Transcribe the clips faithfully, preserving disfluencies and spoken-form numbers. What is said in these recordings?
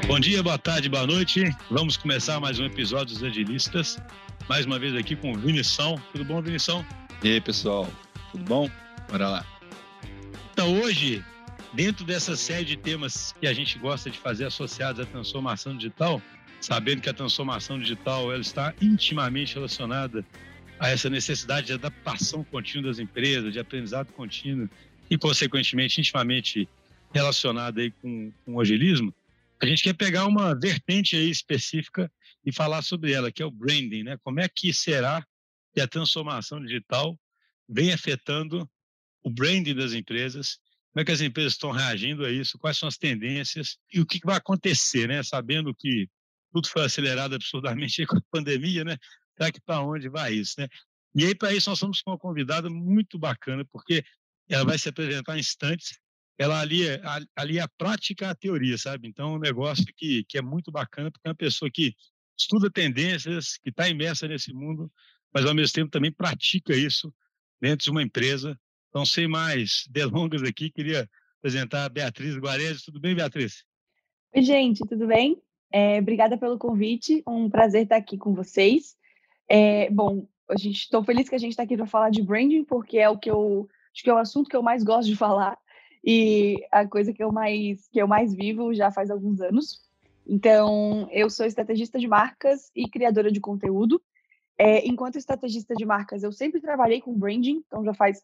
Bom dia, boa tarde, boa noite. Vamos começar mais um episódio dos Agilistas. Mais uma vez aqui com o Vinição. Tudo bom, Vinição? E aí, pessoal? Tudo bom? Bora lá. Então, hoje, dentro dessa série de temas que a gente gosta de fazer associados à transformação digital, sabendo que a transformação digital ela está intimamente relacionada a essa necessidade de adaptação contínua das empresas, de aprendizado contínuo e, consequentemente, intimamente relacionada aí com, com o agilismo, a gente quer pegar uma vertente aí específica e falar sobre ela, que é o branding, né? Como é que será que a transformação digital vem afetando o branding das empresas? Como é que as empresas estão reagindo a isso? Quais são as tendências? E o que vai acontecer, né? Sabendo que tudo foi acelerado absurdamente com a pandemia, né? Será que para onde vai isso, né? E aí, para isso, nós estamos com uma convidada muito bacana, porque ela vai se apresentar em instantes. Ela ali, ali a prática, a teoria, sabe? Então, é um negócio que, que é muito bacana, porque é uma pessoa que estuda tendências, que está imersa nesse mundo, mas, ao mesmo tempo, também pratica isso dentro de uma empresa. Então, sem mais delongas aqui, queria apresentar a Beatriz Guarese. Tudo bem, Beatriz? Oi, gente, tudo bem? É, obrigada pelo convite, um prazer estar aqui com vocês. É, bom, a gente estou feliz que a gente está aqui para falar de branding, porque é o que eu acho que é o assunto que eu mais gosto de falar e a coisa que eu mais que eu mais vivo já faz alguns anos. Então, eu sou estrategista de marcas e criadora de conteúdo. É, enquanto estrategista de marcas, eu sempre trabalhei com branding, então já faz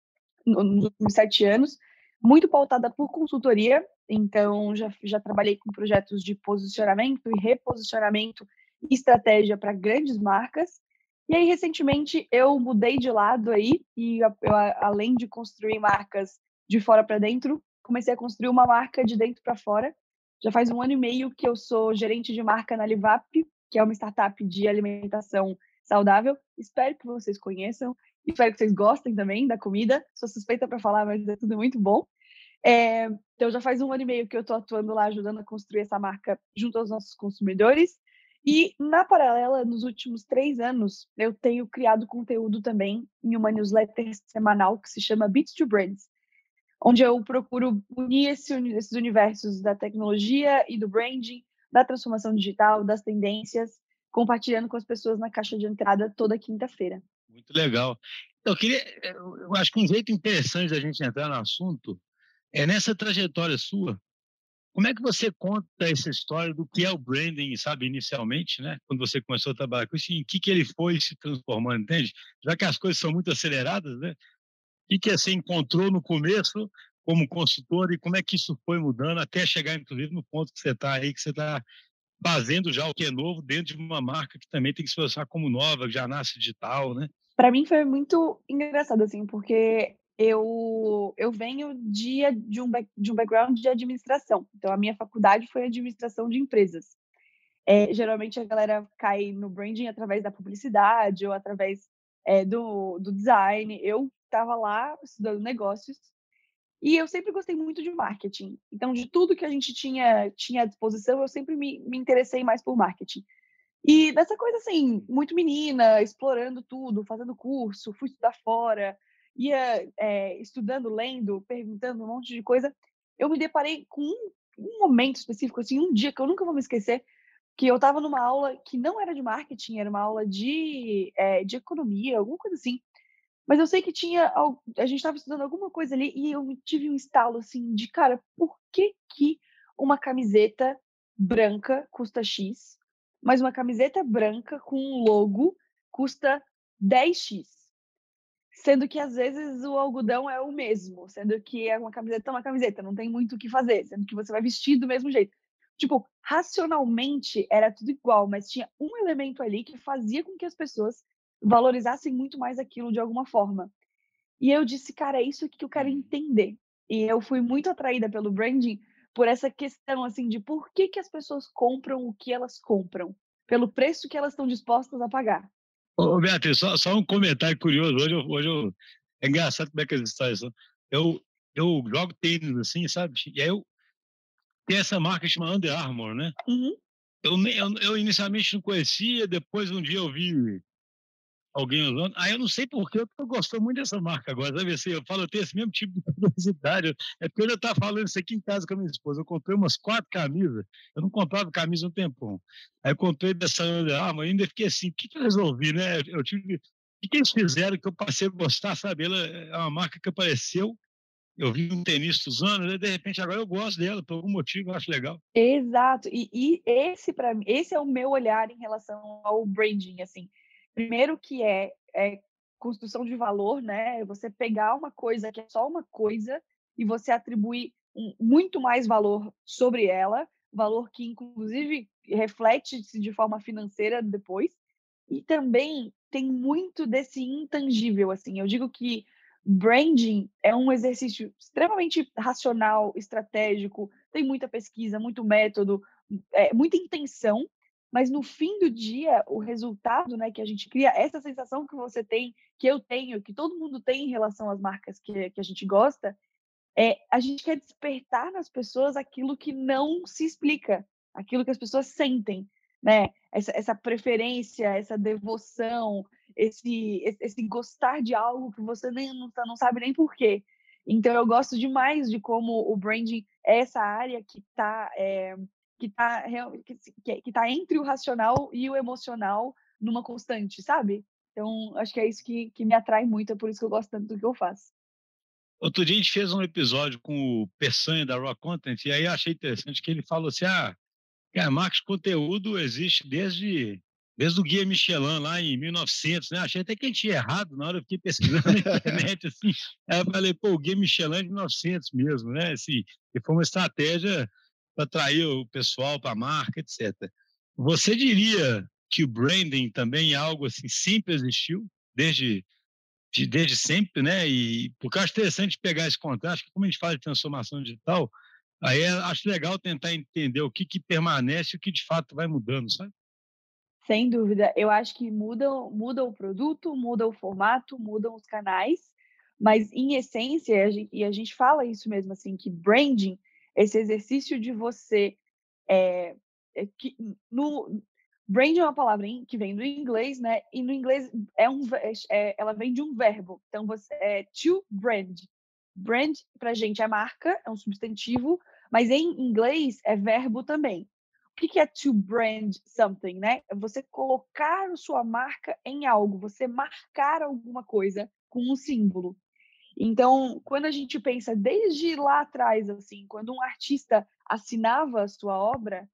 nos últimos sete anos, muito pautada por consultoria. Então, já, já trabalhei com projetos de posicionamento e reposicionamento e estratégia para grandes marcas. E aí, recentemente, eu mudei de lado aí e, eu, além de construir marcas de fora para dentro, comecei a construir uma marca de dentro para fora. Já faz um ano e meio que eu sou gerente de marca na Livap, que é uma startup de alimentação saudável. Espero que vocês conheçam. Espero que vocês gostem também da comida. Sou suspeita para falar, mas é tudo muito bom. É, então, já faz um ano e meio que eu estou atuando lá, ajudando a construir essa marca junto aos nossos consumidores. E, na paralela, nos últimos três anos, eu tenho criado conteúdo também em uma newsletter semanal que se chama Beats to Brands, onde eu procuro unir esse, esses universos da tecnologia e do branding, da transformação digital, das tendências, compartilhando com as pessoas na caixa de entrada toda quinta-feira. Muito legal. Eu queria, eu acho que um jeito interessante da gente entrar no assunto é nessa trajetória sua. Como é que você conta essa história do que é o branding, sabe, inicialmente, né? Quando você começou a trabalhar com isso, em que que ele foi se transformando, entende? Já que as coisas são muito aceleradas, né? O que que você encontrou no começo como consultor e como é que isso foi mudando até chegar, inclusive, no ponto que você está aí, que você está fazendo já o que é novo dentro de uma marca que também tem que se pensar como nova, que já nasce digital, né? Para mim foi muito engraçado, assim, porque eu, eu venho de, de, um, de um background de administração. Então, a minha faculdade foi administração de empresas. É, geralmente, a galera cai no branding através da publicidade ou através é, do, do design. Eu estava lá estudando negócios e eu sempre gostei muito de marketing. Então, de tudo que a gente tinha, tinha à disposição, eu sempre me, me interessei mais por marketing. E dessa coisa, assim, muito menina, explorando tudo, fazendo curso, fui estudar fora, ia é, estudando, lendo, perguntando um monte de coisa. Eu me deparei com um, um momento específico, assim, um dia que eu nunca vou me esquecer, que eu estava numa aula que não era de marketing, era uma aula de, é, de economia, alguma coisa assim. Mas eu sei que tinha, a gente estava estudando alguma coisa ali e eu tive um estalo, assim, de, cara, por que que uma camiseta branca custa X, mas uma camiseta branca com um logo custa dez x? Sendo que, às vezes, o algodão é o mesmo, sendo que é uma camiseta é uma camiseta, não tem muito o que fazer, sendo que você vai vestir do mesmo jeito. Tipo, racionalmente era tudo igual, mas tinha um elemento ali que fazia com que as pessoas valorizassem muito mais aquilo de alguma forma. E eu disse, cara, é isso que eu quero entender. E eu fui muito atraída pelo branding por essa questão, assim, de por que que as pessoas compram o que elas compram, pelo preço que elas estão dispostas a pagar. Ô, Beatriz, só, só um comentário curioso. Hoje, eu, hoje eu, é engraçado como é que as histórias são. Eu, eu jogo tênis, assim, sabe? E aí eu tenho essa marca chamada Under Armour, né? Uhum. Eu, eu, eu inicialmente não conhecia, depois um dia eu vi alguém usando. Aí eu não sei por que eu tô gostando muito dessa marca agora, sabe assim, eu falo, eu tenho esse mesmo tipo de curiosidade, é porque eu já estava falando isso aqui em casa com a minha esposa, eu comprei umas quatro camisas, eu não comprava camisa há um tempão, aí eu comprei dessa Under Armour, ainda fiquei assim, o que que eu resolvi, né, eu tive, o que que eles fizeram que eu passei a gostar, sabe, ela é uma marca que apareceu, eu vi um tenista usando, né, de repente agora eu gosto dela, por algum motivo eu acho legal. Exato. E e esse para mim esse é o meu olhar em relação ao branding, assim. Primeiro que é é construção de valor, né, é você pegar uma coisa que é só uma coisa e você atribuir um muito mais valor sobre ela, valor que inclusive reflete-se de forma financeira depois. E também tem muito desse intangível, assim. Eu digo que branding é um exercício extremamente racional, estratégico, tem muita pesquisa, muito método, eh, muita intenção, mas no fim do dia, o resultado, né, que a gente cria, essa sensação que você tem, que eu tenho, que todo mundo tem em relação às marcas que que a gente gosta, é a gente quer despertar nas pessoas aquilo que não se explica, aquilo que as pessoas sentem, né, essa essa preferência, essa devoção, esse esse esse gostar de algo que você nem não tá não sabe nem por quê. Então eu gosto demais de como o branding é essa área que está eh, que está real que se que que tá entre o racional e o emocional numa constante, sabe. Então acho que é isso que que me atrai muito, é por isso que eu gosto tanto do que eu faço. Outro dia a gente fez um episódio com o Peçanha da Raw Content, e aí eu achei interessante que ele falou assim: ah, cara, marketing de conteúdo existe desde, desde o Guia Michelin, lá em mil e novecentos, né? Achei até que a gente tinha errado na hora, eu fiquei pesquisando na internet, assim. Aí eu falei, pô, o Guia Michelin é de mil e novecentos mesmo, né? Assim, e foi uma estratégia para atrair o pessoal para a marca, etcétera. Você diria que o branding também é algo assim, sempre existiu, desde de, desde sempre, né? E porque eu acho interessante pegar esse contraste, como a gente fala de transformação digital, aí é, acho legal tentar entender o que, que permanece e o que de fato vai mudando, sabe? Sem dúvida, eu acho que muda muda o produto, muda o formato, mudam os canais, mas em essência, a gen e a gente fala isso mesmo, assim, que branding, esse exercício de você, eh, é que no brand é uma palavra em que vem do inglês, né, e no inglês é um ve eh, ela vem de um verbo, então você é to brand. Brand pra gente é marca, é um substantivo, mas em inglês é verbo também. O que que é to brand something, né? É você colocar a sua marca em algo, você marcar alguma coisa com um símbolo. Então, quando a gente pensa desde lá atrás, assim, quando um artista assinava a sua obra,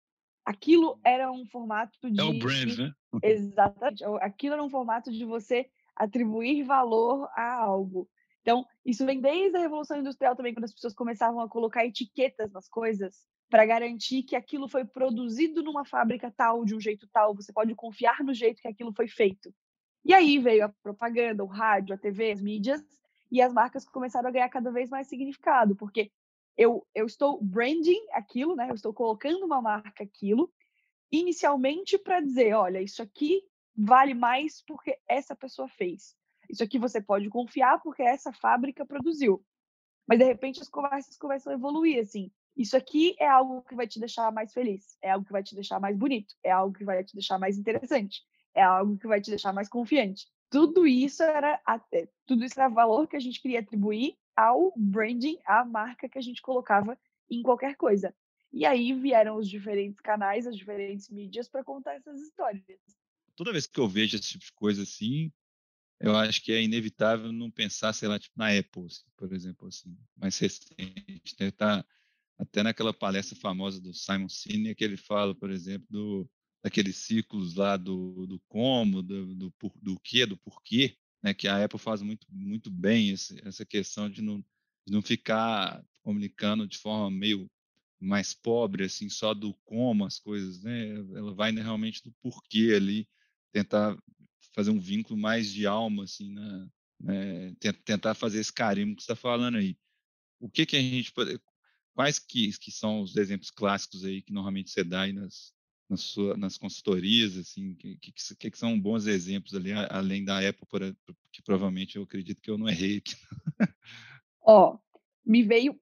aquilo era um formato É o de brand, né? exatamente, o aquilo era um formato de você atribuir valor a algo. Então, isso vem desde a Revolução Industrial também, quando as pessoas começavam a colocar etiquetas nas coisas, para garantir que aquilo foi produzido numa fábrica tal, de um jeito tal, você pode confiar no jeito que aquilo foi feito. E aí veio a propaganda, o rádio, a T V, as mídias, e as marcas começaram a ganhar cada vez mais significado, porque eu eu estou branding aquilo, né, eu estou colocando uma marca aquilo, inicialmente para dizer: "Olha, isso aqui vale mais porque essa pessoa fez. Isso aqui você pode confiar porque essa fábrica produziu". Mas de repente as conversas começam a evoluir, assim. Isso aqui é algo que vai te deixar mais feliz, é algo que vai te deixar mais bonito, é algo que vai te deixar mais interessante, é algo que vai te deixar mais confiante. Tudo isso era até tudo isso era valor que a gente queria atribuir ao branding, à marca que a gente colocava em qualquer coisa. E aí vieram os diferentes canais, as diferentes mídias para contar essas histórias. Toda vez que eu vejo esse tipo de coisa assim, eu acho que é inevitável não pensar, sei lá, tipo na Apple, assim, por exemplo, assim, mais recente, né? Tá até naquela palestra famosa do Simon Sinek, que ele fala, por exemplo, do, daqueles ciclos lá do, do como, do, do, por- do que, do porquê, né? Que a Apple faz muito, muito bem esse, essa questão de não, de não ficar comunicando de forma meio mais pobre, assim, só do como as coisas, né? Ela vai né, realmente do porquê ali, tentar fazer um vínculo mais de alma, assim, né? né, ten- tentar fazer esse carimbo que você está falando aí. O que que a gente pode, quais que, que são os exemplos clássicos aí que normalmente você dá aí nas, nas, sua, nas consultorias, assim, que, que, que, que são bons exemplos ali, a- além da Apple, por, que provavelmente eu acredito que eu não errei aqui. Ó, me veio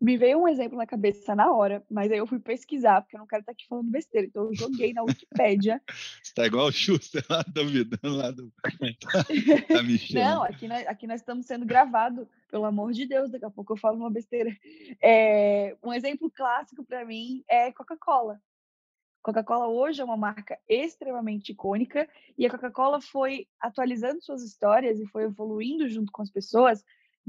Me veio um exemplo na cabeça na hora, mas aí eu fui pesquisar, porque eu não quero estar aqui falando besteira. Então eu joguei na Wikipédia. Você tá igual o Schuster lá, duvidando lá do, da Não, Michelin. aqui nós, aqui nós estamos sendo gravados, pelo amor de Deus, daqui a pouco eu falo uma besteira. É, um exemplo clássico para mim é Coca-Cola. Coca-Cola hoje é uma marca extremamente icônica e a Coca-Cola foi atualizando suas histórias e foi evoluindo junto com as pessoas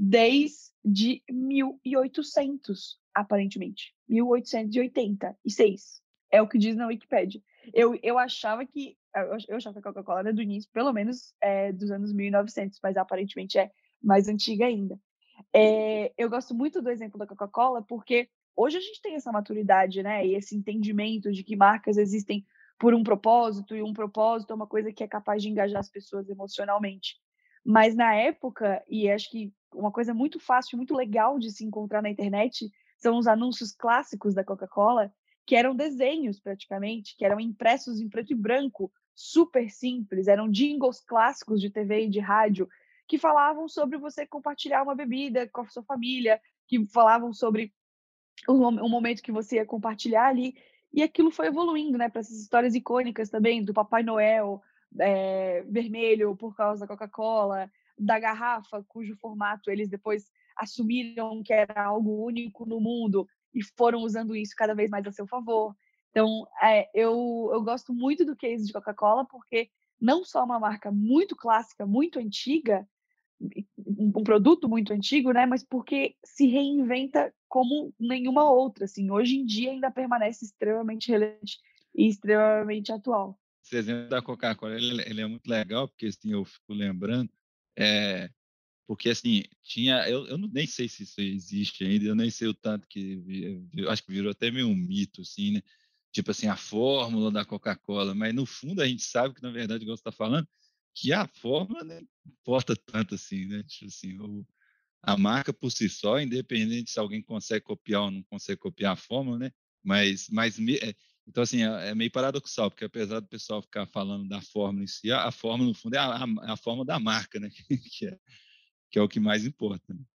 desde mil e oitocentos, aparentemente. mil oitocentos e oitenta e seis. É o que diz na Wikipédia. Eu, eu achava que eu, eu achava que a Coca-Cola era do início, pelo menos é, dos anos mil e novecentos, mas aparentemente é mais antiga ainda. É, eu gosto muito do exemplo da Coca-Cola porque hoje a gente tem essa maturidade, né? E esse entendimento de que marcas existem por um propósito, e um propósito é uma coisa que é capaz de engajar as pessoas emocionalmente. Mas na época, e acho que uma coisa muito fácil, muito legal de se encontrar na internet, são os anúncios clássicos da Coca-Cola, que eram desenhos praticamente, que eram impressos em preto e branco, super simples, eram jingles clássicos de T V e de rádio, que falavam sobre você compartilhar uma bebida com a sua família, que falavam sobre um momento que você ia compartilhar ali, e aquilo foi evoluindo, né, para essas histórias icônicas também, do Papai Noel é, vermelho por causa da Coca-Cola, da garrafa, cujo formato eles depois assumiram que era algo único no mundo e foram usando isso cada vez mais a seu favor. Então, é, eu, eu gosto muito do case de Coca-Cola, porque não só uma marca muito clássica, muito antiga, um produto muito antigo, né? Mas porque se reinventa como nenhuma outra, assim. Hoje em dia ainda permanece extremamente relevante e extremamente atual. Esse exemplo da Coca-Cola, ele, ele é muito legal, porque assim, eu fico lembrando, é, porque assim, tinha, eu, eu não, nem sei se isso existe ainda, eu nem sei o tanto que, eu acho que virou até meio um mito, assim, né? Tipo assim, a fórmula da Coca-Cola, mas no fundo a gente sabe que, na verdade, igual você está falando, que a fórmula não importa tanto assim, né? Tipo assim, o, a marca por si só, independente se alguém consegue copiar ou não consegue copiar a fórmula, né? Mas, mas é, então, assim, é, é meio paradoxal, porque apesar do pessoal ficar falando da fórmula em si, a, a fórmula, no fundo, é a, a, a fórmula da marca, né? que, é, que é o que mais importa. Né?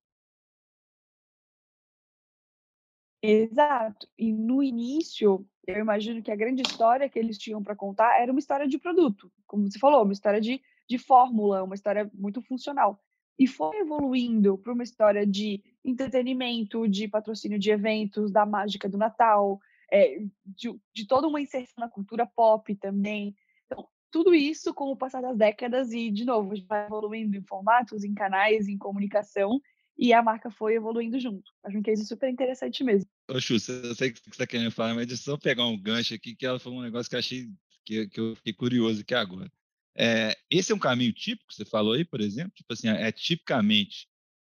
Exato. E no início, eu imagino que a grande história que eles tinham para contar era uma história de produto, como você falou, uma história de, de fórmula, uma história muito funcional. E foi evoluindo para uma história de entretenimento, de patrocínio de eventos, da mágica do Natal, é, de, de toda uma inserção na cultura pop também. Então, tudo isso com o passar das décadas e, de novo, vai evoluindo em formatos, em canais, em comunicação, e a marca foi evoluindo junto. Acho que é isso super interessante mesmo. Ô, Chu, eu sei o que você está querendo falar, mas deixa eu só pegar um gancho aqui, que ela falou um negócio que eu achei, que, que eu fiquei curioso aqui agora. É, esse é um caminho típico, você falou aí, por exemplo? Tipo assim, é tipicamente,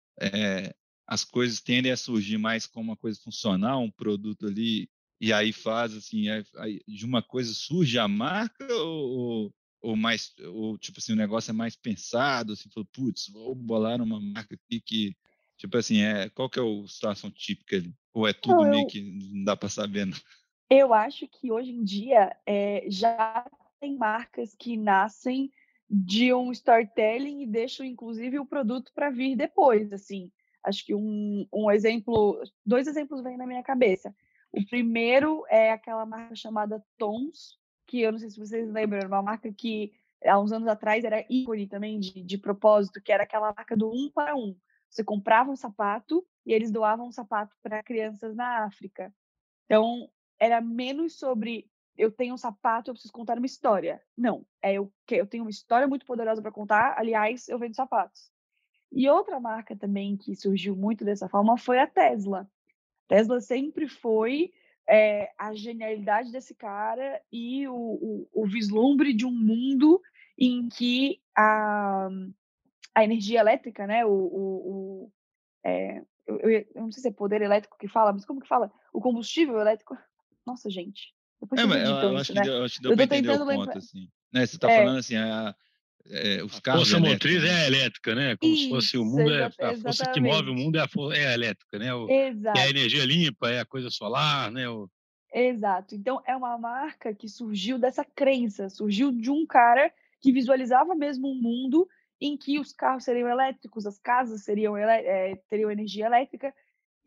é, as coisas tendem a surgir mais como uma coisa funcional, um produto ali, e aí faz assim, aí, aí, de uma coisa surge a marca, ou, ou mais, ou tipo assim, o negócio é mais pensado, assim, falou, putz, vou bolar uma marca aqui que, tipo assim, é, qual que é a situação típica ali? Ou é tudo Não, meio eu, que não dá para saber, não? eu acho que hoje em dia é, já tem marcas que nascem de um storytelling e deixam, inclusive, o produto para vir depois, assim. Acho que um, um exemplo, dois exemplos vêm na minha cabeça. O primeiro é aquela marca chamada Tons, que eu não sei se vocês lembram, era uma marca que há uns anos atrás era ícone também de, de propósito, que era aquela marca do um para um. Você comprava um sapato e eles doavam um sapato para crianças na África. Então, era menos sobre eu tenho um sapato, eu preciso contar uma história. Não, é eu, eu tenho uma história muito poderosa para contar, aliás, eu vendo sapatos. E outra marca também que surgiu muito dessa forma foi a Tesla. Tesla sempre foi é, a genialidade desse cara e o, o, o vislumbre de um mundo em que a, a energia elétrica, né, o, o, o é, eu, eu, eu não sei se é poder elétrico que fala, mas como que fala? O combustível elétrico. Nossa, gente. Depois É, vocês mas eu, editam eu acho isso, que né? deu, eu acho que deu Eu para tô entender o tentando ponto, lembrar. assim. Né? Você está É, falando assim, a, é, os A carros força elétricos, motriz né? é a elétrica, né? Como se fosse o isso, mundo, é, exa a força que move o exatamente. mundo é a, for, é a elétrica, né? O, que é a Exato, energia limpa, é a coisa solar, né? O, exato. Então, é uma marca que surgiu dessa crença, surgiu de um cara que visualizava mesmo um mundo em que os carros seriam elétricos, as casas seriam, é, teriam energia elétrica, e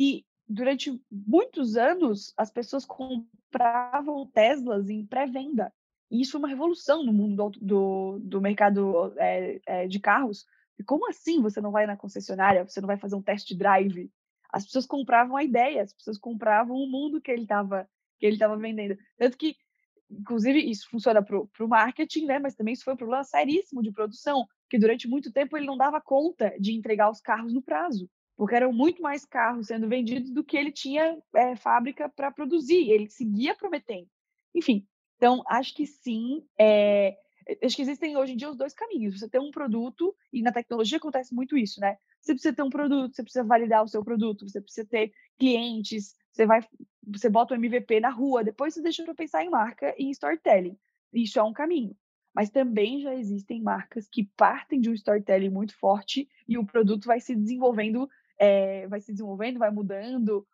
durante muitos anos, as pessoas compravam Teslas em pré-venda. E isso foi uma revolução no mundo do, auto- do, do mercado é, é, de carros. E como assim você não vai na concessionária, você não vai fazer um test drive? As pessoas compravam a ideia, as pessoas compravam o mundo que ele estava que ele estava vendendo. Tanto que, inclusive, isso funciona para o marketing, né? Mas também isso foi um problema seríssimo de produção, que durante muito tempo ele não dava conta de entregar os carros no prazo, porque eram muito mais carros sendo vendidos do que ele tinha é, fábrica para produzir. Ele seguia prometendo. Enfim, então acho que sim. É, acho que existem hoje em dia os dois caminhos. Você tem um produto, e na tecnologia acontece muito isso, né? Você precisa ter um produto, você precisa validar o seu produto, você precisa ter clientes, você vai, você bota o M V P na rua, depois você deixa para pensar em marca e em storytelling. Isso é um caminho. Mas também já existem marcas que partem de um storytelling muito forte e o produto vai se desenvolvendo, é, vai se desenvolvendo, vai mudando,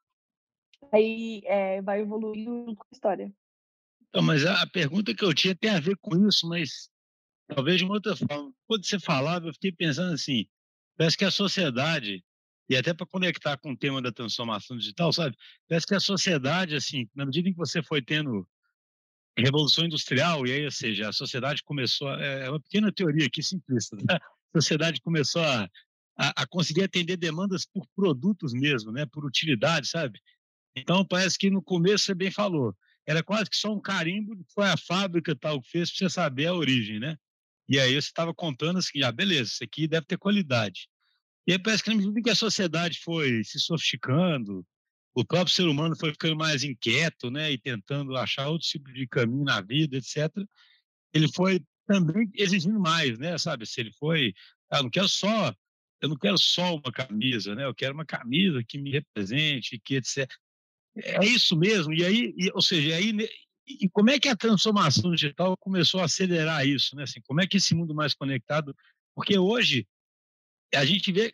aí é, vai evoluindo com a história. Então, mas a, a pergunta que eu tinha tem a ver com isso, mas talvez de uma outra forma. Quando você falava, eu fiquei pensando assim, parece que a sociedade, e até para conectar com o tema da transformação digital, sabe? Parece que a sociedade, assim, na medida em que você foi tendo revolução industrial, e aí, ou seja, a sociedade começou, a, é uma pequena teoria aqui simplista, né? A sociedade começou a, a, a conseguir atender demandas por produtos mesmo, né? Por utilidade, sabe? Então, parece que no começo você bem falou, era quase que só um carimbo que foi a fábrica tal que fez para você saber a origem, né? E aí você estava contando assim, ah, beleza, isso aqui deve ter qualidade. E aí parece que na medida que a sociedade foi se sofisticando, o próprio ser humano foi ficando mais inquieto, né? E tentando achar outro tipo de caminho na vida, etcétera. Ele foi também exigindo mais, né? Sabe? Se ele foi, ah, eu não quero só, eu não quero só uma camisa, né? Eu quero uma camisa que me represente, que etcétera. É isso mesmo. E aí, e, ou seja, aí, e como é que a transformação digital começou a acelerar isso, né? Assim, como é que esse mundo mais conectado? Porque hoje a gente vê,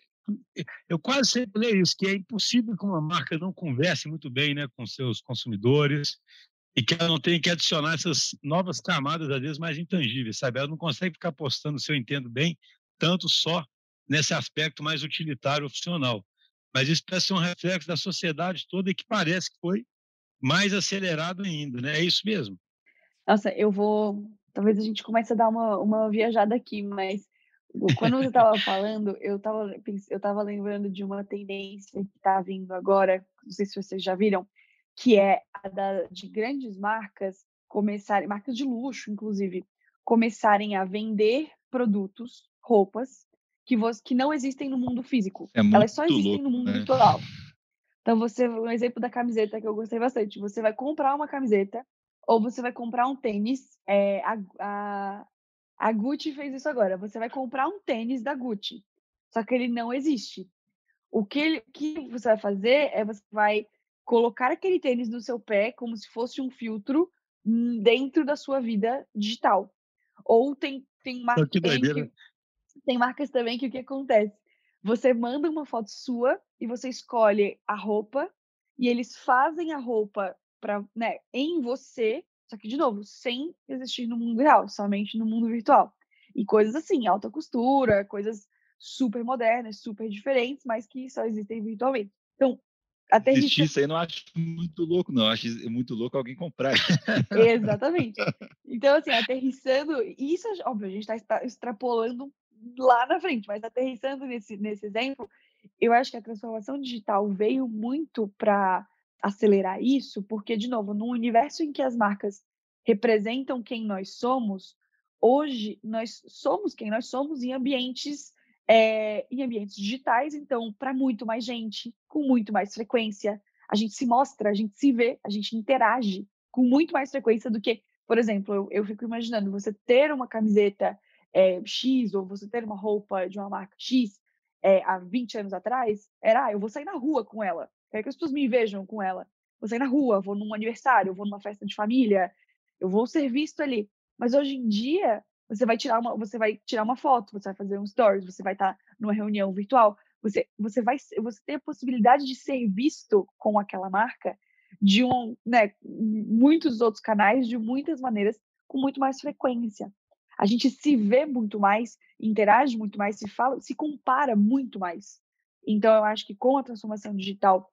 eu quase sempre leio isso, que é impossível que uma marca não converse muito bem, né, com seus consumidores e que ela não tenha que adicionar essas novas camadas, às vezes mais intangíveis, sabe? Ela não consegue ficar postando, se eu entendo bem, tanto só nesse aspecto mais utilitário, opcional. Mas isso parece ser um reflexo da sociedade toda e que parece que foi mais acelerado ainda, né? É isso mesmo? Nossa, eu vou. Talvez a gente comece a dar uma, uma viajada aqui, mas quando você estava falando, eu estava eu tava lembrando de uma tendência que está vindo agora, não sei se vocês já viram, que é a da, de grandes marcas começarem, marcas de luxo, inclusive, começarem a vender produtos, roupas, que, você, que não existem no mundo físico. É Elas só muito existem louco, no mundo né? virtual. Então, você, um exemplo da camiseta que eu gostei bastante. Você vai comprar uma camiseta ou você vai comprar um tênis. É, a, a, a Gucci fez isso agora. Você vai comprar um tênis da Gucci, só que ele não existe. O que, ele, o que você vai fazer é você vai colocar aquele tênis no seu pé como se fosse um filtro dentro da sua vida digital. Ou tem, tem Pô, marcas que também doideira. que tem marcas também que o que acontece? Você manda uma foto sua e você escolhe a roupa e eles fazem a roupa para, né, em você, só que de novo, sem existir no mundo real, somente no mundo virtual. E coisas assim, alta costura, coisas super modernas, super diferentes, mas que só existem virtualmente. Então, Existir aterrissa isso aí não acho muito louco, não. Acho muito louco alguém comprar isso. exatamente. Então, assim, aterrissando, e isso, óbvio, a gente está extrapolando lá na frente, mas aterrissando nesse, nesse exemplo, eu acho que a transformação digital veio muito para acelerar isso, porque, de novo, no universo em que as marcas representam quem nós somos, hoje nós somos quem nós somos em ambientes, é, em ambientes digitais, então, para muito mais gente, com muito mais frequência. A gente se mostra, a gente se vê, a gente interage com muito mais frequência do que, por exemplo, eu, eu fico imaginando você ter uma camiseta é, X ou você ter uma roupa de uma marca X é, há vinte anos atrás, era, ah, eu vou sair na rua com ela, quero que as pessoas me vejam com ela. Vou sair na rua, vou num aniversário, vou numa festa de família, eu vou ser visto ali. Mas hoje em dia, você vai tirar uma, você vai tirar uma foto, você vai fazer um stories, você vai estar numa reunião virtual, você, você vai, você tem a possibilidade de ser visto com aquela marca de um, né, muitos outros canais, de muitas maneiras, com muito mais frequência. A gente se vê muito mais, interage muito mais, se fala, se compara muito mais. Então, eu acho que com a transformação digital,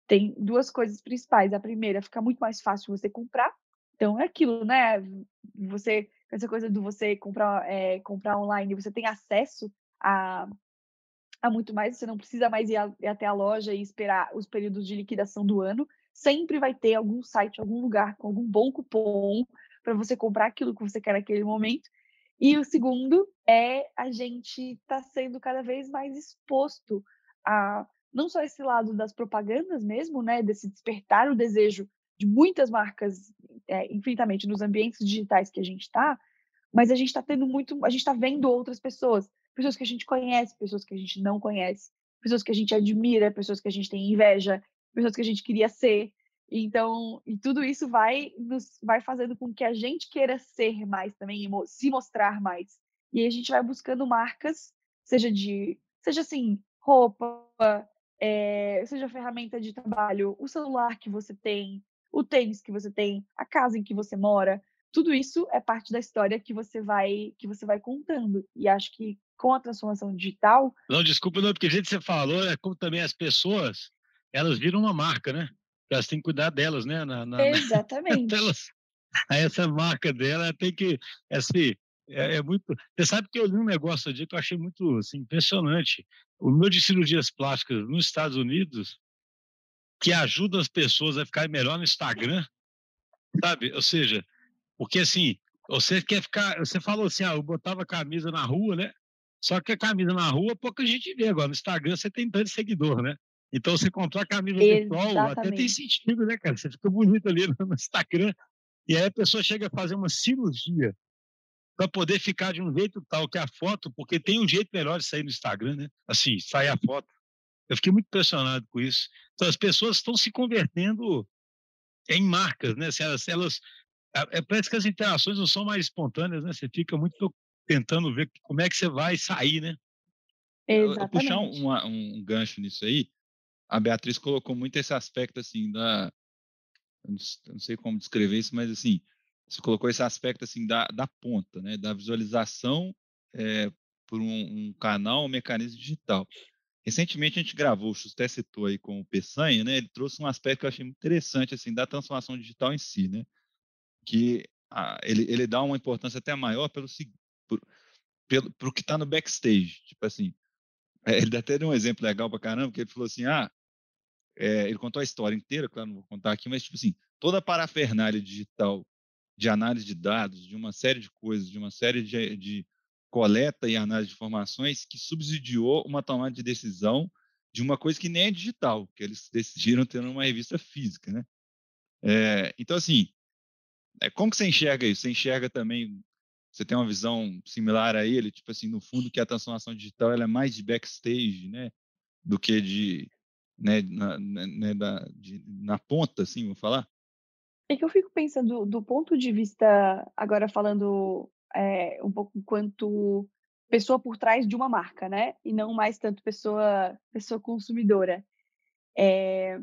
tem duas coisas principais. A primeira, fica muito mais fácil você comprar. Então é aquilo, né? Você, essa coisa do você comprar, é, comprar online, você tem acesso a, a muito mais, você não precisa mais ir, a, ir até a loja e esperar os períodos de liquidação do ano. Sempre vai ter algum site, algum lugar com algum bom cupom para você comprar aquilo que você quer naquele momento. E o segundo é a gente tá sendo cada vez mais exposto a não só esse lado das propagandas mesmo, né, desse despertar o desejo de muitas marcas, é, infinitamente nos ambientes digitais que a gente está, mas a gente está tendo muito, a gente está vendo outras pessoas, pessoas que a gente conhece, pessoas que a gente não conhece, pessoas que a gente admira, pessoas que a gente tem inveja, pessoas que a gente queria ser. Então, e tudo isso vai nos vai fazendo com que a gente queira ser mais também, e mo- se mostrar mais. E aí a gente vai buscando marcas, seja de, seja assim, roupa, é, seja ferramenta de trabalho, o celular que você tem, o tênis que você tem, a casa em que você mora. Tudo isso é parte da história que você vai que você vai contando. E acho que com a transformação digital, Não, desculpa, não, porque a gente você falou, é como também as pessoas, elas viram uma marca, né? Elas têm que cuidar delas, né? Na, na, na... exatamente. Elas, aí essa marca dela tem que, assim, é, é muito... Você sabe que eu li um negócio ali que eu achei muito assim, impressionante. O número de cirurgias plásticas nos Estados Unidos que ajuda as pessoas a ficarem melhor no Instagram, sabe? Ou seja, porque assim, você quer ficar, você falou assim, ah, eu botava camisa na rua, né? Só que a camisa na rua pouca gente vê agora. No Instagram você tem tanto seguidor, né? Então você comprar a camisa virtual até tem Exatamente. sentido, né, cara? Você fica bonito ali no Instagram. E aí a pessoa chega a fazer uma cirurgia para poder ficar de um jeito tal que a foto, porque tem um jeito melhor de sair no Instagram, né? Assim, sair a foto. Eu fiquei muito impressionado com isso. Então as pessoas estão se convertendo em marcas, né? Se elas, elas é, parece que as interações não são mais espontâneas, né? Você fica muito tentando ver como é que você vai sair, né? Eu, eu puxar Exatamente. um, um, um gancho nisso aí, a Beatriz colocou muito esse aspecto assim da, eu não, eu não sei como descrever isso, mas assim, você colocou esse aspecto assim da, da ponta, né, da visualização é, por um, um canal, um mecanismo digital. Recentemente a gente gravou, o Chusté citou aí com o Peçanha, né? Ele trouxe um aspecto que eu achei muito interessante assim da transformação digital em si, né? Que a, ele, ele dá uma importância até maior pelo por, pelo, pelo que está no backstage, tipo assim. É, ele até deu um exemplo legal pra caramba, que ele falou assim, ah, é, ele contou a história inteira, claro, não vou contar aqui, mas tipo assim, toda a parafernália digital de análise de dados, de uma série de coisas, de uma série de, de coleta e análise de informações que subsidiou uma tomada de decisão de uma coisa que nem é digital, que eles decidiram ter uma revista física, né? É, então, assim, é, como que você enxerga isso? Você enxerga também, você tem uma visão similar a ele, tipo assim, no fundo que a transformação digital ela é mais de backstage, né? Do que de, né, na, né, da, de, na ponta, assim, vou falar? É que eu fico pensando do ponto de vista, agora falando é, um pouco enquanto pessoa por trás de uma marca, né? E não mais tanto pessoa, pessoa consumidora. É,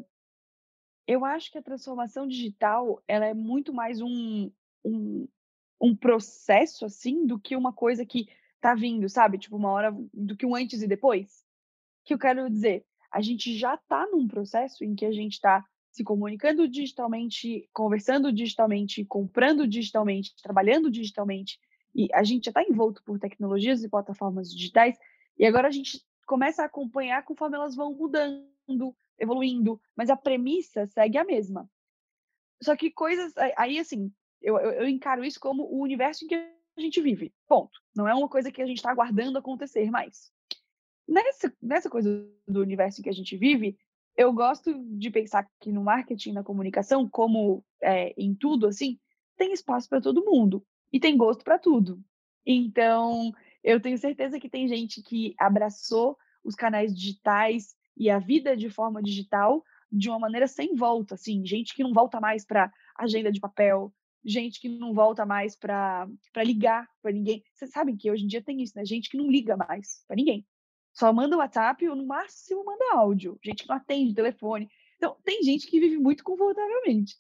eu acho que a transformação digital ela é muito mais um, um, um processo assim do que uma coisa que tá vindo, sabe? Tipo, uma hora do que um antes e depois. Que eu quero dizer, a gente já está num processo em que a gente está se comunicando digitalmente, conversando digitalmente, comprando digitalmente, trabalhando digitalmente, e a gente já está envolto por tecnologias e plataformas digitais, e agora a gente começa a acompanhar conforme elas vão mudando, evoluindo, mas a premissa segue a mesma. Só que coisas. Aí, assim, eu, eu, eu encaro isso como o universo em que a gente vive. Ponto. Não é uma coisa que a gente está aguardando acontecer mais. Nessa, nessa coisa do universo em que a gente vive, eu gosto de pensar que no marketing, na comunicação, como é, em tudo, assim, tem espaço para todo mundo e tem gosto para tudo. Então, eu tenho certeza que tem gente que abraçou os canais digitais e a vida de forma digital de uma maneira sem volta, assim, gente que não volta mais para agenda de papel, gente que não volta mais para ligar para ninguém. Vocês sabem que hoje em dia tem isso, né? Gente que não liga mais para ninguém. Só manda WhatsApp ou no máximo manda áudio. Gente que não atende telefone. Então, tem gente que vive muito confortavelmente.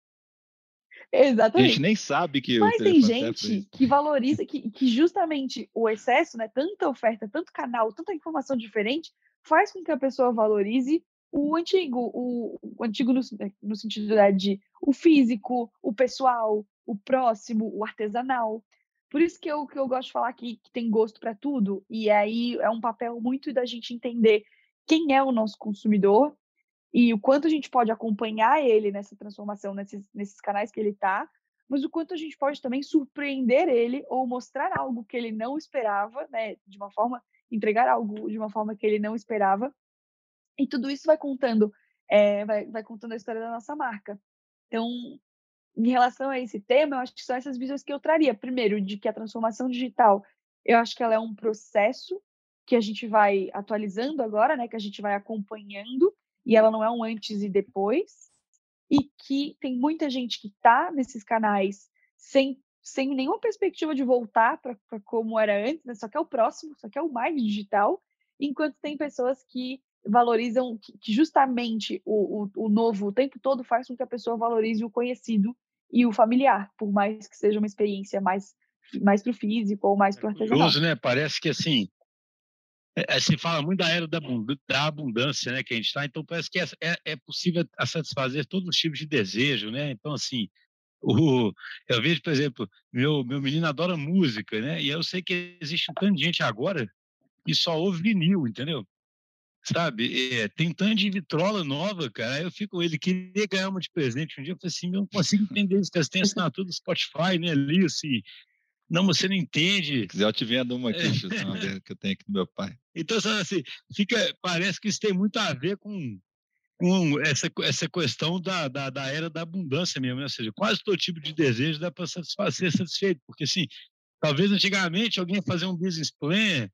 A gente Exatamente. nem sabe que o Mas tem telefone serve para gente isso. que valoriza, que, que justamente o excesso, né, tanta oferta, tanto canal, tanta informação diferente, faz com que a pessoa valorize o antigo, o, o antigo no, no sentido né, de o físico, o pessoal, o próximo, o artesanal. Por isso que eu, que eu gosto de falar que, que tem gosto para tudo, e aí é um papel muito da gente entender quem é o nosso consumidor e o quanto a gente pode acompanhar ele nessa transformação, nesses, nesses canais que ele está, mas o quanto a gente pode também surpreender ele ou mostrar algo que ele não esperava, né, de uma forma, entregar algo de uma forma que ele não esperava, e tudo isso vai contando, é, vai, vai contando a história da nossa marca. Então, em relação a esse tema, eu acho que são essas visões que eu traria. Primeiro, de que a transformação digital, eu acho que ela é um processo que a gente vai atualizando agora, né, que a gente vai acompanhando, e ela não é um antes e depois, e que tem muita gente que está nesses canais sem, sem nenhuma perspectiva de voltar para como era antes, né? Só que é o próximo, só que é o mais digital, enquanto tem pessoas que valorizam, que, que justamente o, o, o novo o tempo todo faz com que a pessoa valorize o conhecido e o familiar, por mais que seja uma experiência mais, mais para o físico ou mais É para o artesanal. curioso, né? Parece que assim, é, se fala muito da era da, da abundância, né, que a gente está, então parece que é, é, é possível satisfazer todos os tipos de desejo, né? Então, assim, o, eu vejo, por exemplo, meu, meu menino adora música, né? E eu sei que existe um tanto de gente agora que só ouve vinil, entendeu? Sabe? É, tem tanto de vitrola nova, cara. Aí eu fico, ele queria ganhar uma de presente um dia, eu falei assim, eu não consigo entender isso, que você tem assinatura do Spotify, né? Ali, assim, não, você não entende. Se quiser, eu te vendo uma aqui, deixa eu ver uma que eu tenho aqui do meu pai. Então, sabe, assim, fica, parece que isso tem muito a ver com, com essa, essa questão da, da, da era da abundância mesmo, né? Ou seja, quase todo tipo de desejo dá para ser satisfeito, porque assim, talvez antigamente alguém ia fazer um business plan,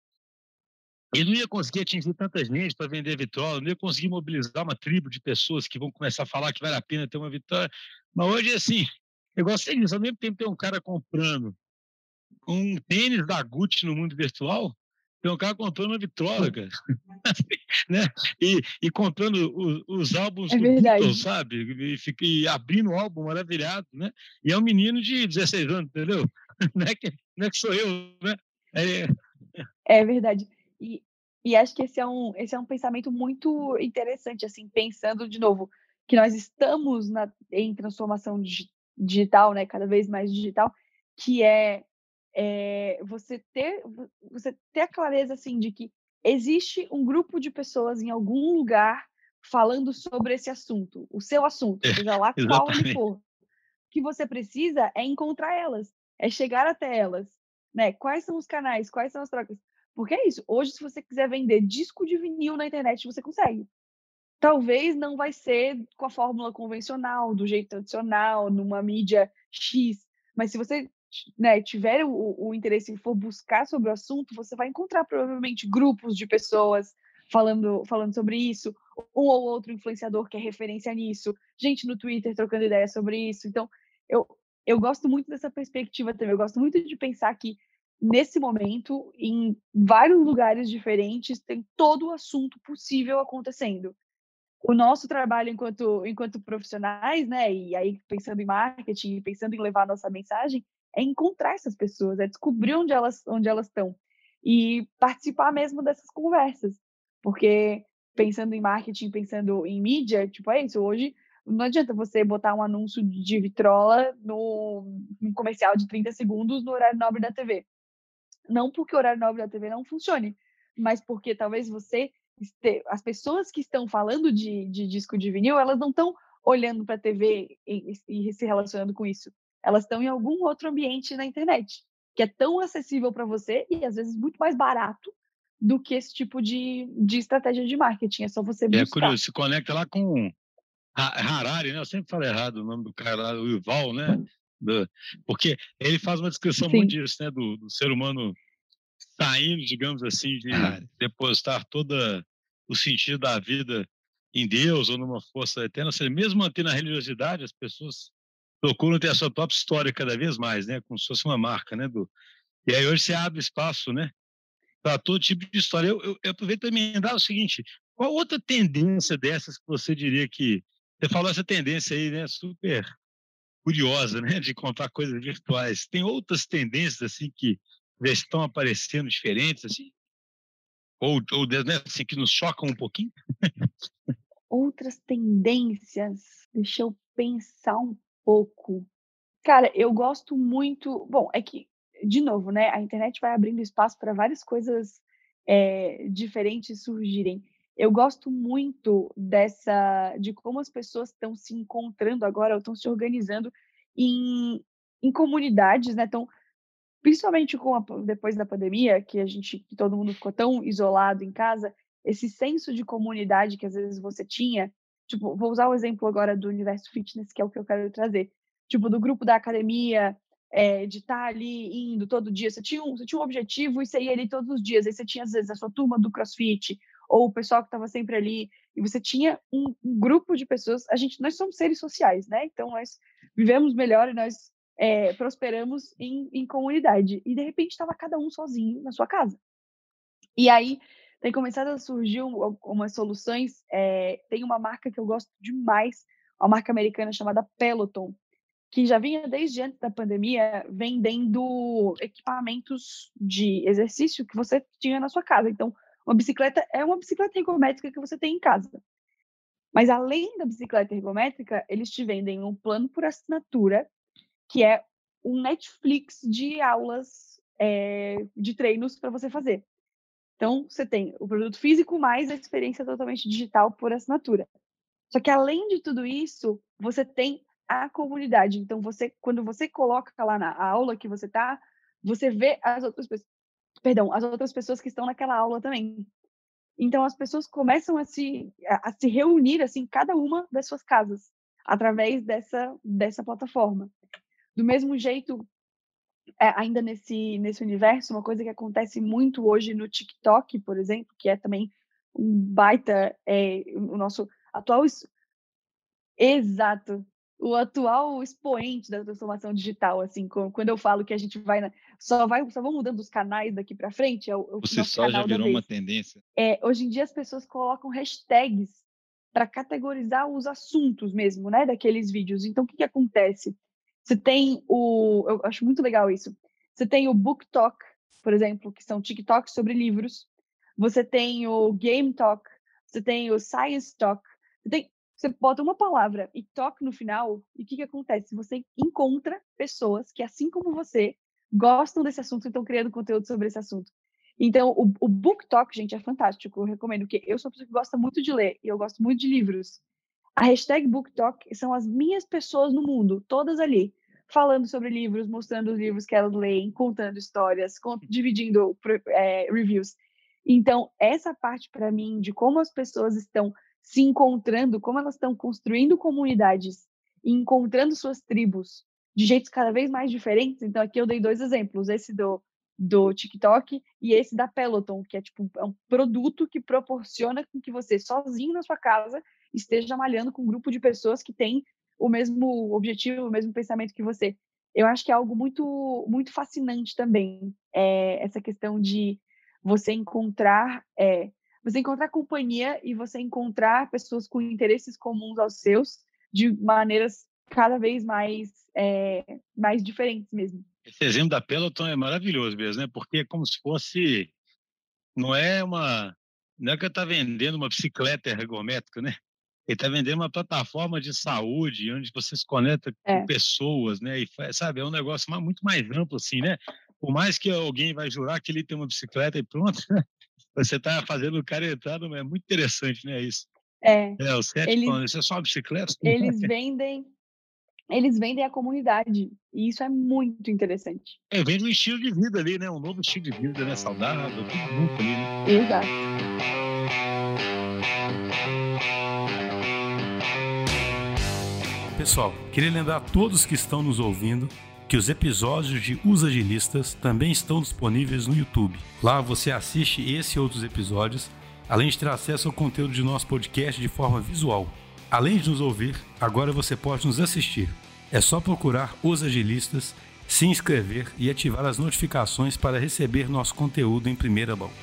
ele não ia conseguir atingir tanta gente para vender vitrola, não ia conseguir mobilizar uma tribo de pessoas que vão começar a falar que vale a pena ter uma vitória. Mas hoje, assim, igual você disse, ao mesmo tempo tem um cara comprando um tênis da Gucci no mundo virtual, tem um cara comprando uma vitrola, cara. Né? E, e comprando o, os álbuns É do Beatles, verdade. sabe? E, fica, e abrindo o álbum maravilhado, né? E é um menino de dezesseis anos, entendeu? Não é que, não é que sou eu, né? É, É verdade. E, e acho que esse é, um, esse é um pensamento muito interessante, assim, pensando de novo que nós estamos na, em transformação digi- digital, né, cada vez mais digital, que é, é você ter você ter a clareza assim de que existe um grupo de pessoas em algum lugar falando sobre esse assunto, o seu assunto, é, seja lá qual ele exatamente. for. O que você precisa é encontrar elas, é chegar até elas, né? Quais são os canais, quais são as trocas? Porque é isso. Hoje, se você quiser vender disco de vinil na internet, você consegue. Talvez não vai ser com a fórmula convencional, do jeito tradicional, numa mídia X, mas se você né, tiver o, o interesse e for buscar sobre o assunto, você vai encontrar provavelmente grupos de pessoas falando, falando sobre isso, um ou outro influenciador que é referência nisso, gente no Twitter trocando ideias sobre isso. Então, eu, eu gosto muito dessa perspectiva também. Eu gosto muito de pensar que, nesse momento, em vários lugares diferentes, tem todo o assunto possível acontecendo. O nosso trabalho enquanto, enquanto profissionais, né, e aí pensando em marketing, pensando em levar a nossa mensagem, é encontrar essas pessoas, é descobrir onde elas onde elas estão e participar mesmo dessas conversas, porque pensando em marketing, pensando em mídia, tipo, é isso, hoje não adianta você botar um anúncio de vitrola no, no comercial de trinta segundos no horário nobre da T V. Não porque o horário nobre da T V não funcione, mas porque talvez você este... as pessoas que estão falando de, de disco de vinil, elas não estão olhando para a T V e, e se relacionando com isso. Elas estão em algum outro ambiente na internet, que é tão acessível para você e às vezes muito mais barato do que esse tipo de, de estratégia de marketing. É só você É buscar. curioso, se conecta lá com Harari, né? Eu sempre falo errado o nome do cara lá, o Yuval, né? Do, porque ele faz uma descrição muito Sim, disso, né? Do, do ser humano saindo, digamos assim, de Ah, depositar toda o sentido da vida em Deus ou numa força eterna. Ou seja, mesmo mantendo a religiosidade, as pessoas procuram ter a sua própria história cada vez mais, né? Como se fosse uma marca, né? Do, e aí hoje você abre espaço, né? Para todo tipo de história. Eu, eu, eu aproveito para emendar o seguinte: qual outra tendência dessas que você diria que. Você falou essa tendência aí, né? Super curiosa, né? De contar coisas virtuais. Tem outras tendências, assim, que já estão aparecendo diferentes, assim? Ou, ou né, assim, que nos chocam um pouquinho? Outras tendências, deixa eu pensar um pouco. Cara, eu gosto muito bom, é que, de novo, né, a internet vai abrindo espaço para várias coisas, eh, diferentes surgirem. Eu gosto muito dessa de como as pessoas estão se encontrando agora ou estão se organizando em em comunidades, né, estão principalmente com a depois da pandemia, que a gente que todo mundo ficou tão isolado em casa, esse senso de comunidade que às vezes você tinha, tipo, vou usar o exemplo agora do universo fitness, que é o que eu quero trazer, tipo, do grupo da academia, eh, de estar ali indo todo dia, você tinha um você tinha um objetivo e você ia ali todos os dias, aí você tinha às vezes a sua turma do crossfit, ou o pessoal que estava sempre ali, e você tinha um um grupo de pessoas, a gente nós somos seres sociais, né, então nós vivemos melhor e nós eh, prosperamos em em comunidade. E de repente estava cada um sozinho na sua casa. E aí tem começado a surgir um al umas soluções, eh, tem uma marca que eu gosto demais, uma marca americana chamada Peloton, que já vinha desde antes da pandemia vendendo equipamentos de exercício que você tinha na sua casa. Então, uma bicicleta é uma bicicleta ergométrica que você tem em casa. Mas além da bicicleta ergométrica, eles te vendem um plano por assinatura que é um Netflix de aulas, eh, de treinos para você fazer. Então, você tem o produto físico mais a experiência totalmente digital por assinatura. Só que além de tudo isso, você tem a comunidade. Então você quando você coloca lá na aula que você tá, você vê as outras pessoas, perdão, as outras pessoas que estão naquela aula também. Então as pessoas começam a se a a se reunir, assim, cada uma das suas casas, através dessa dessa plataforma. Do mesmo jeito, é, ainda nesse nesse universo, uma coisa que acontece muito hoje no TikTok, por exemplo, que é também um baita, eh, o nosso atual es exato, o atual expoente da transformação digital, assim, quan quando eu falo que a gente vai na só vai só vão mudando os canais daqui para frente, é o é o Por si nosso só já canal da virou uma vez. tendência. É, hoje em dia as pessoas colocam hashtags para categorizar os assuntos mesmo, né, daqueles vídeos. Então o que que acontece? Você tem o eu acho muito legal isso. Você tem o Book Talk, por exemplo, que são TikToks sobre livros. Você tem o Game Talk, você tem o Science Talk, você tem você bota uma palavra e talk no final, e o que que acontece? Você encontra pessoas que, assim como você, gostam desse assunto e estão criando conteúdo sobre esse assunto. Então, o, o Book Talk, gente, é fantástico. Eu recomendo, porque eu sou uma pessoa que gosta muito de ler e eu gosto muito de livros. A hashtag Book Talk são as minhas pessoas no mundo, todas ali, falando sobre livros, mostrando os livros que elas leem, contando histórias, con- dividindo é, reviews. Então, essa parte para mim de como as pessoas estão se encontrando, como elas estão construindo comunidades e encontrando suas tribos de jeitos cada vez mais diferentes. Então, aqui eu dei dois exemplos, esse do do TikTok e esse da Peloton, que é tipo é um produto que proporciona com que você sozinho na sua casa esteja malhando com um grupo de pessoas que têm o mesmo objetivo, o mesmo pensamento que você. Eu acho que é algo muito muito fascinante também, é, essa questão de você encontrar, é, você encontrar companhia e você encontrar pessoas com interesses comuns aos seus de maneiras cada vez mais, é, mais diferentes mesmo. Esse exemplo da Peloton é maravilhoso mesmo, né? Porque é como se fosse, não é uma, não é que ele está vendendo uma bicicleta ergométrica, né? Ele está vendendo uma plataforma de saúde, onde você se conecta com É. pessoas, né? E sabe, é um negócio muito mais amplo, assim, né? Por mais que alguém vai jurar que ele tem uma bicicleta e pronto, você está fazendo o cara entrar, é muito interessante, né? Isso. É, É, o cético eles falando, isso é só uma bicicleta? eles vendem eles vendem a comunidade, e isso é muito interessante. É, vende um estilo de vida ali, né? Um novo estilo de vida, né? Saudável, tudo junto ali, né? Exato. Pessoal, queria lembrar a todos que estão nos ouvindo que os episódios de Os Agilistas também estão disponíveis no YouTube. Lá você assiste esse e outros episódios, além de ter acesso ao conteúdo de nosso podcast de forma visual. Além de nos ouvir, agora você pode nos assistir. É só procurar Os Agilistas, se inscrever e ativar as notificações para receber nosso conteúdo em primeira mão.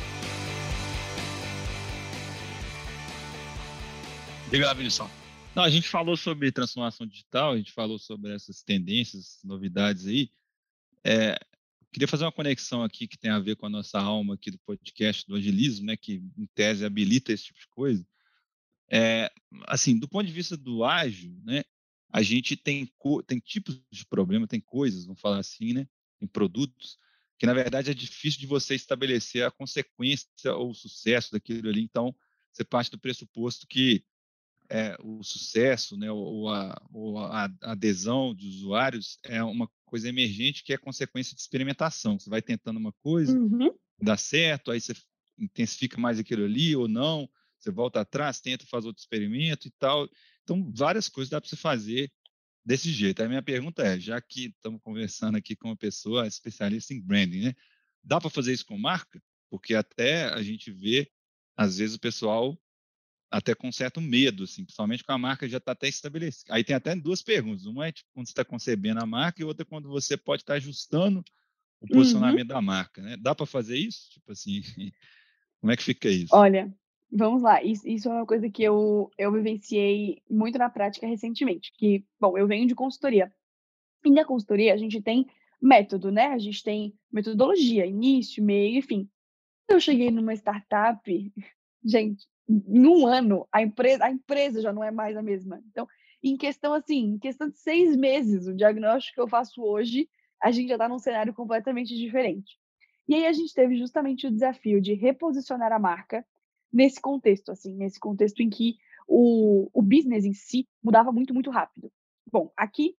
Diga lá, Vinição. Não, a gente falou sobre transformação digital, a gente falou sobre essas tendências, novidades aí. É, queria fazer uma conexão aqui que tem a ver com a nossa alma aqui do podcast do agilismo, né, que em tese habilita esse tipo de coisa. É, assim, do ponto de vista do ágil, né, a gente tem, co- tem tipos de problema, tem coisas, vamos falar assim, né, tem produtos, que na verdade é difícil de você estabelecer a consequência ou o sucesso daquilo ali. Então, você parte do pressuposto que é, o sucesso, né, ou, a, ou a adesão de usuários é uma coisa emergente que é consequência de experimentação. Você vai tentando uma coisa, Uhum. dá certo, aí você intensifica mais aquilo ali ou não, você volta atrás, tenta fazer outro experimento e tal. Então, várias coisas dá para você fazer desse jeito. A minha pergunta é, já que estamos conversando aqui com uma pessoa especialista em branding, né? Dá para fazer isso com marca? Porque até a gente vê, às vezes, o pessoal até com certo medo, assim, principalmente com a marca já está até estabelecida. Aí tem até duas perguntas. Uma é tipo, quando você está concebendo a marca e outra é quando você pode estar ajustando o Uhum. posicionamento da marca, né? Dá para fazer isso? Tipo assim, como é que fica isso? Olha, vamos lá. Isso, isso é uma coisa que eu, eu vivenciei muito na prática recentemente. Que, bom, eu venho de consultoria. E na consultoria a gente tem método, né? A gente tem metodologia, início, meio, enfim. Eu cheguei numa startup, gente, em um ano, a empresa, a empresa já não é mais a mesma. Então, em questão assim, em questão de seis meses, o diagnóstico que eu faço hoje, a gente já está num cenário completamente diferente. E aí a gente teve justamente o desafio de reposicionar a marca nesse contexto, assim, nesse contexto em que o, o business em si mudava muito, muito rápido. Bom, aqui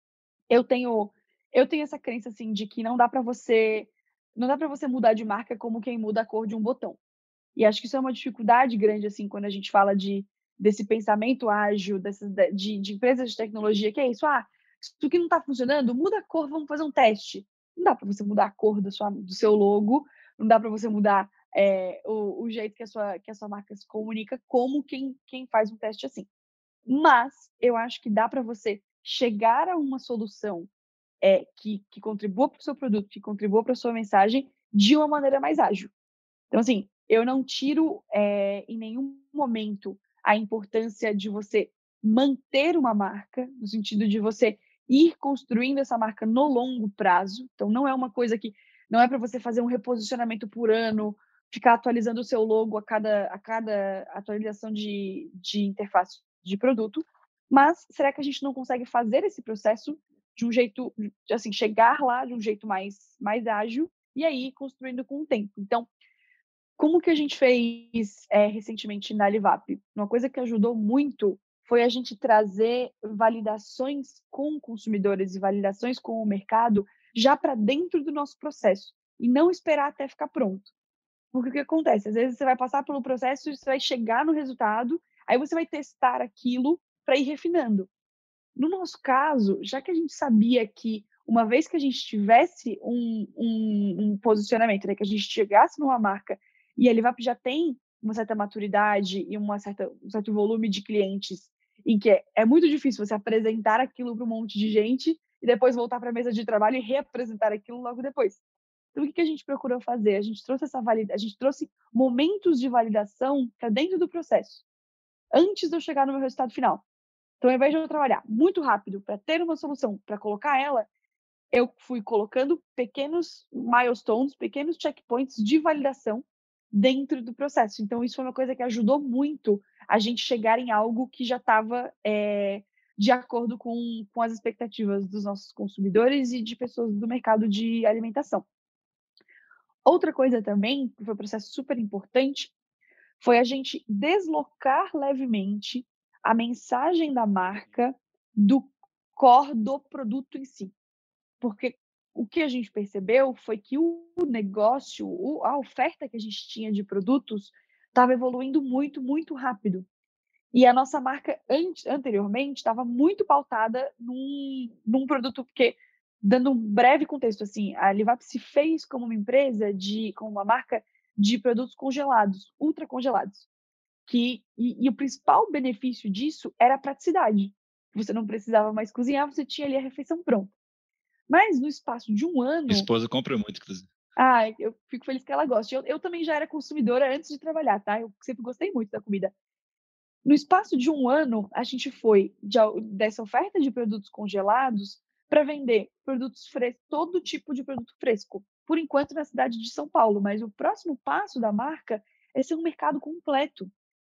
eu tenho eu tenho essa crença, assim, de que não dá para você não dá para você mudar de marca como quem muda a cor de um botão. E acho que isso é uma dificuldade grande, assim, quando a gente fala de desse pensamento ágil, dessas de de empresas de tecnologia, que é isso: "Ah, isso aqui não está funcionando, muda a cor, vamos fazer um teste". Não dá para você mudar a cor da sua do seu logo, não dá para você mudar, eh, o o jeito que a sua que a sua marca se comunica como quem quem faz um teste assim. Mas eu acho que dá para você chegar a uma solução, eh, que que contribua para o seu produto, que contribua para a sua mensagem, de uma maneira mais ágil. Então, assim, eu não tiro, eh, em nenhum momento a importância de você manter uma marca, no sentido de você ir construindo essa marca no longo prazo. Então, não é uma coisa que não é para você fazer um reposicionamento por ano, ficar atualizando o seu logo a cada, a cada atualização de, de interface de produto. Mas será que a gente não consegue fazer esse processo de um jeito, de, assim, chegar lá de um jeito mais, mais ágil e aí ir construindo com o tempo? Então, como que a gente fez, eh, recentemente na Livap? Uma coisa que ajudou muito foi a gente trazer validações com consumidores e validações com o mercado já para dentro do nosso processo, e não esperar até ficar pronto. Porque o que acontece? Às vezes você vai passar pelo processo e você vai chegar no resultado, aí você vai testar aquilo para ir refinando. No nosso caso, já que a gente sabia que uma vez que a gente tivesse um um um posicionamento, né, que a gente chegasse numa marca e a Livap já tem uma certa maturidade e uma certa um certo volume de clientes, em que é é muito difícil você apresentar aquilo para um monte de gente e depois voltar para a mesa de trabalho e reapresentar aquilo logo depois. Então o que que a gente procurou fazer? A gente trouxe essa valida a gente trouxe momentos de validação para dentro do processo, antes de eu chegar no meu resultado final. Então, ao invés de eu trabalhar muito rápido para ter uma solução, para colocar ela, eu fui colocando pequenos milestones, pequenos checkpoints de validação dentro do processo. Então, isso foi uma coisa que ajudou muito a gente chegar em algo que já estava é, de acordo com, com as expectativas dos nossos consumidores e de pessoas do mercado de alimentação. Outra coisa também, que foi um processo super importante, foi a gente deslocar levemente a mensagem da marca do core do produto em si. Porque o que a gente percebeu foi que o negócio, o a oferta que a gente tinha de produtos estava evoluindo muito, muito rápido. E a nossa marca ante anteriormente estava muito pautada num num produto porque, dando um breve contexto, assim, a Livap se fez como uma empresa de como uma marca de produtos congelados, ultra congelados. Que e e o principal benefício disso era a praticidade. Você não precisava mais cozinhar, você tinha ali a refeição pronta. Mas no espaço de um Minha ano, esposa compra muito, inclusive. ah, eu fico feliz que ela goste. Eu eu também já era consumidora antes de trabalhar, tá, eu sempre gostei muito da comida. No espaço de um ano, a gente foi de al dessa oferta de produtos congelados para vender produtos fres todo tipo de produto fresco, por enquanto na cidade de São Paulo, mas o próximo passo da marca é ser um mercado completo.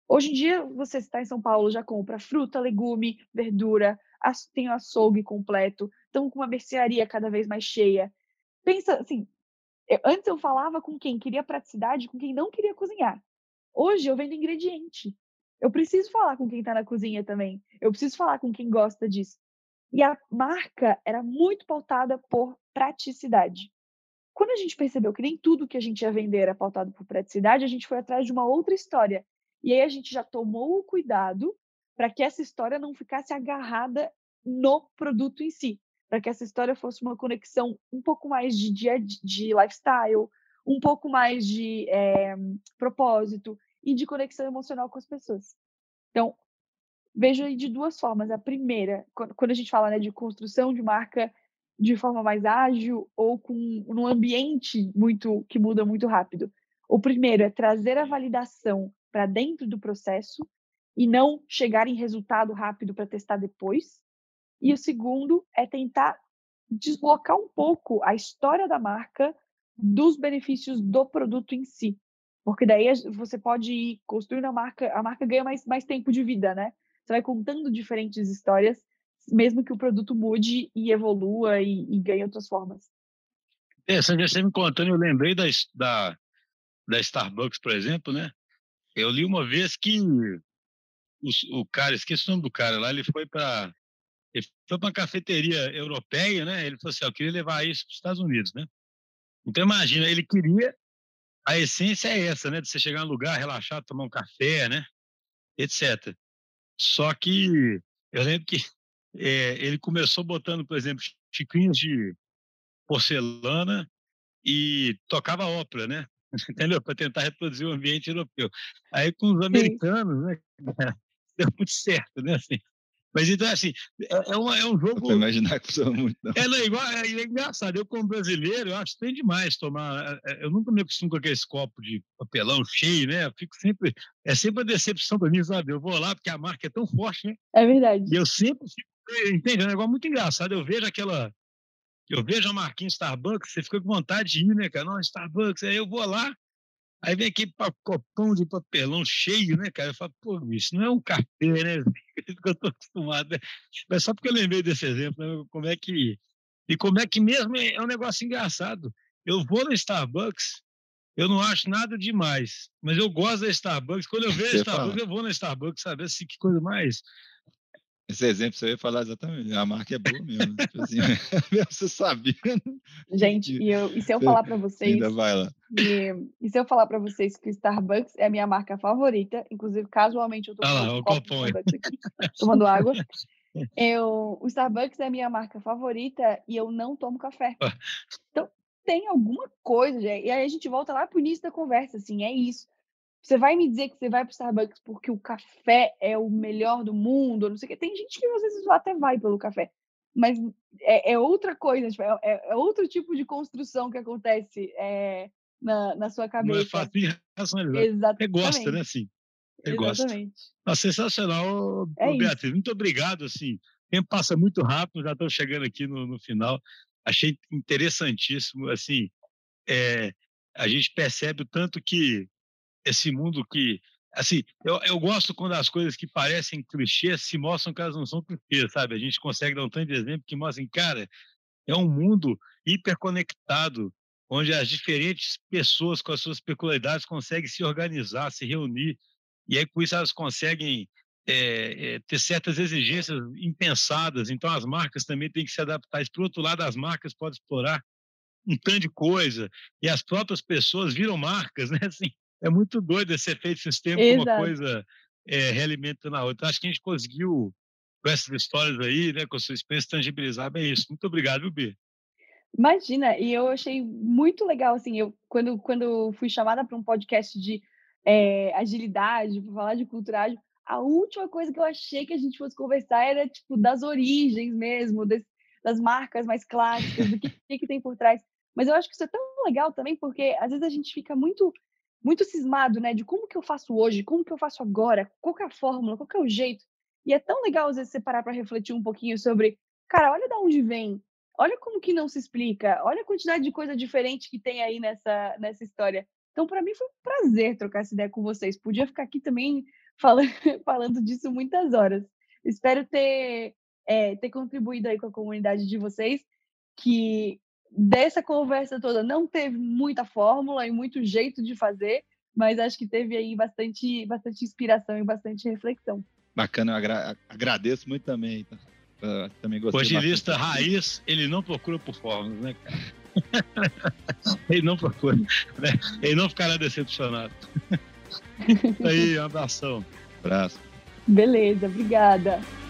Hoje em dia, você está em São Paulo, já compra fruta, legume, verdura, as- tem o açougue completo, estão com uma mercearia cada vez mais cheia. Pensa assim, eu- antes eu falava com quem queria praticidade, com quem não queria cozinhar. Hoje eu vendo ingrediente. Eu preciso falar com quem está na cozinha também. Eu preciso falar com quem gosta disso. E a marca era muito pautada por praticidade. Quando a gente percebeu que nem tudo que a gente ia vender era pautado por praticidade, a gente foi atrás de uma outra história. E aí a gente já tomou o cuidado para que essa história não ficasse agarrada no produto em si, para que essa história fosse uma conexão um pouco mais de dia de lifestyle, um pouco mais de eh, propósito e de conexão emocional com as pessoas. Então, vejo aí de duas formas. A primeira, quan quando a gente fala, né, de construção de marca de forma mais ágil ou com num ambiente muito que muda muito rápido. O primeiro é trazer a validação para dentro do processo e não chegar em resultado rápido para testar depois. E o segundo é tentar deslocar um pouco a história da marca dos benefícios do produto em si. Porque daí você pode ir construindo a marca, a marca ganha mais, mais tempo de vida, né? Você vai contando diferentes histórias, mesmo que o produto mude e evolua e, e ganhe outras formas. É, você me contando, eu lembrei da, da, da Starbucks, por exemplo, né? Eu li uma vez que o, o cara, esqueci o nome do cara lá, ele foi para ele foi para uma cafeteria europeia, né? Ele falou assim, eu queria levar isso para os Estados Unidos, né? Então imagina, ele queria, a essência é essa, né? De você chegar no lugar, relaxar, tomar um café, né? Etcétera. Só que eu lembro que é, ele começou botando, por exemplo, xicrinhas de porcelana e tocava ópera, né? Entendeu? Para tentar reproduzir o ambiente europeu. Aí com os Sim. americanos, né? Deu muito certo, né? Assim. Mas então, assim, é, é, uma, é um jogo. Não vou imaginar que funciona muito, não. É, não, é, igual, é, é engraçado. Eu, como brasileiro, eu acho que tem demais tomar. Eu nunca me acostumo com aqueles copos de papelão cheio, né? Eu fico sempre. É sempre uma decepção para mim, sabe? Eu vou lá porque a marca é tão forte, né? É verdade. E eu sempre fico. Entende? É um negócio muito engraçado. Eu vejo aquela. Eu vejo a marquinha Starbucks, você fica com vontade de ir, né, cara? Não, Starbucks. Aí eu vou lá, aí vem aquele copão de papelão cheio, né, cara? Eu falo, pô, isso não é um café, né? Isso que eu tô acostumado, né? Mas só porque eu lembrei desse exemplo, né? Como é que. E como é que mesmo é, é um negócio engraçado. Eu vou no Starbucks, eu não acho nada demais, mas eu gosto da Starbucks. Quando eu vejo a Starbucks, falar. eu vou na Starbucks, sabe? Assim, que coisa mais. Esse exemplo você ia falar exatamente. A marca é boa mesmo. Tipo assim, você sabia. Gente, e, eu, e se eu falar para vocês. Ainda vai lá. E, e se eu falar para vocês que o Starbucks é a minha marca favorita, inclusive casualmente eu tô ah, com lá, um o copo de Starbucks aqui, tomando água. Eu, o Starbucks é a minha marca favorita e eu não tomo café. Então, tem alguma coisa, gente. E aí a gente volta lá pro início da conversa, assim, é isso. Você vai me dizer que você vai pro Starbucks porque o café é o melhor do mundo, não sei o quê. Tem gente que às vezes até vai pelo café, mas é, é outra coisa, tipo, é, é outro tipo de construção que acontece é, na, na sua cabeça. Não é fácil de racionalizar. Exatamente. Você gosta, né, assim? Você Exatamente. gosta. Ah, sensacional, É Beatriz. isso. Muito obrigado, assim. O tempo passa muito rápido, já estou chegando aqui no, no final. Achei interessantíssimo, assim, é, a gente percebe o tanto que esse mundo que, assim, eu, eu gosto quando as coisas que parecem clichês se mostram que elas não são clichês, sabe? A gente consegue dar um tanto de exemplo que mostram, cara, é um mundo hiperconectado, onde as diferentes pessoas com as suas peculiaridades conseguem se organizar, se reunir, e aí com isso elas conseguem é, é, ter certas exigências impensadas. Então as marcas também têm que se adaptar. E, por outro lado, as marcas podem explorar um tanto de coisa, e as próprias pessoas viram marcas, né? Assim, é muito doido esse efeito sistema que uma coisa é, realimenta na outra. Acho que a gente conseguiu, com essas histórias aí, né, com a sua experiência, tangibilizar bem isso. Muito obrigado, B. Imagina, e eu achei muito legal, assim, eu quando, quando fui chamada para um podcast de é, agilidade, para falar de cultura ágil, a última coisa que eu achei que a gente fosse conversar era, tipo, das origens mesmo, das, das marcas mais clássicas, do que, que tem por trás. Mas eu acho que isso é tão legal também, porque às vezes a gente fica muito, muito cismado, né, de como que eu faço hoje, como que eu faço agora, qual que é a fórmula, qual que é o jeito. E é tão legal, às vezes, você parar para refletir um pouquinho sobre, cara, olha de onde vem. Olha como que não se explica, olha a quantidade de coisa diferente que tem aí nessa, nessa história. Então, para mim, foi um prazer trocar essa ideia com vocês. Podia ficar aqui também falando, falando disso muitas horas. Espero ter, é, ter contribuído aí com a comunidade de vocês, que dessa conversa toda não teve muita fórmula e muito jeito de fazer, mas acho que teve aí bastante, bastante inspiração e bastante reflexão. Bacana, eu agra- agradeço muito também. Tá? Uh, também gostei. O agilista raiz, ele não procura por fórmulas, né, cara? Ele não procura, né? Ele não ficará decepcionado. Aí, um abração. Abraço. Beleza, obrigada.